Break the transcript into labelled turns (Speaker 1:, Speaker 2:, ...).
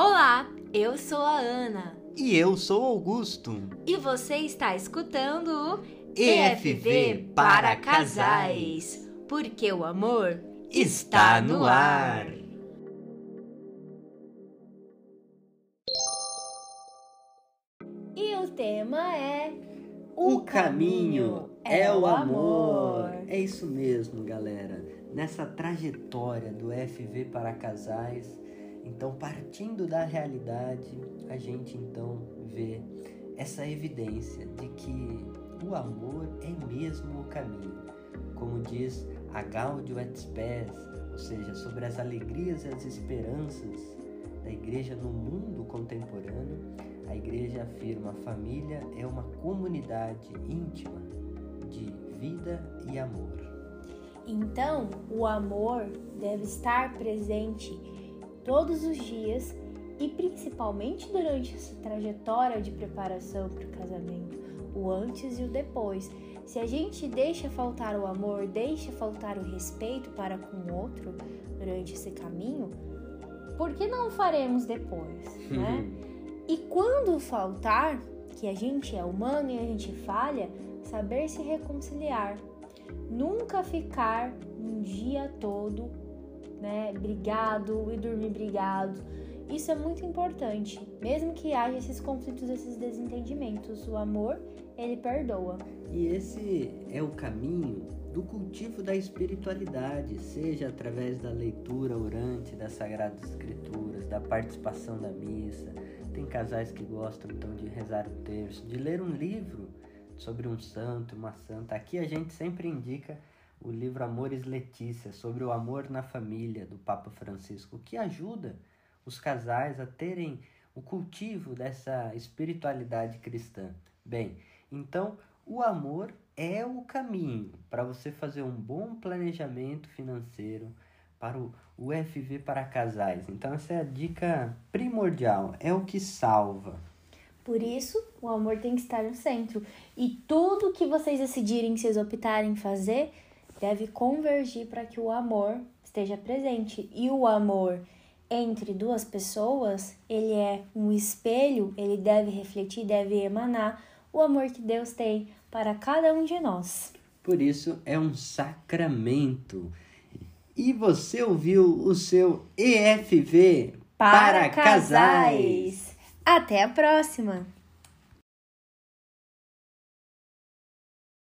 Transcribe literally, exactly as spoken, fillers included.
Speaker 1: Olá, eu sou a Ana.
Speaker 2: E eu sou Augusto.
Speaker 1: E você está escutando o
Speaker 2: E F V para Casais,
Speaker 1: porque o amor
Speaker 2: está no ar.
Speaker 1: E o tema é
Speaker 2: O caminho é o amor. É isso mesmo, galera. Nessa trajetória do F V para Casais, então partindo da realidade, a gente então vê essa evidência de que o amor é mesmo o caminho. Como diz a Gaudium et Spes, ou seja, sobre as alegrias e as esperanças da igreja no mundo contemporâneo, a igreja afirma: a família é uma comunidade íntima de vida e amor.
Speaker 1: Então, o amor deve estar presente todos os dias e principalmente durante essa trajetória de preparação para o casamento, o antes e o depois. Se a gente deixa faltar o amor, deixa faltar o respeito para com o outro durante esse caminho, por que não faremos depois, né? E quando faltar, que a gente é humano e a gente falha, saber se reconciliar. Nunca ficar um dia todo, né, brigado e dormir brigado. Isso é muito importante. Mesmo que haja esses conflitos, esses desentendimentos, o amor, ele perdoa.
Speaker 2: E esse é o caminho do cultivo da espiritualidade, seja através da leitura orante das Sagradas Escrituras, da participação da missa. Tem casais que gostam então de rezar o terço, de ler um livro sobre um santo, uma santa. Aqui a gente sempre indica o livro Amoris Laetitia, sobre o amor na família, do Papa Francisco, que ajuda os casais a terem o cultivo dessa espiritualidade cristã. Bem, então o amor é o caminho para você fazer um bom planejamento financeiro para o, o F V para Casais. Então essa é a dica primordial, é o que salva.
Speaker 1: Por isso, o amor tem que estar no centro. E tudo que vocês decidirem, se vocês optarem fazer, deve convergir para que o amor esteja presente. E o amor entre duas pessoas, ele é um espelho, ele deve refletir, deve emanar o amor que Deus tem para cada um de nós.
Speaker 2: Por isso, é um sacramento. E você ouviu o seu E F V
Speaker 1: para,
Speaker 2: para
Speaker 1: casais.
Speaker 2: Casais.
Speaker 1: Até a próxima!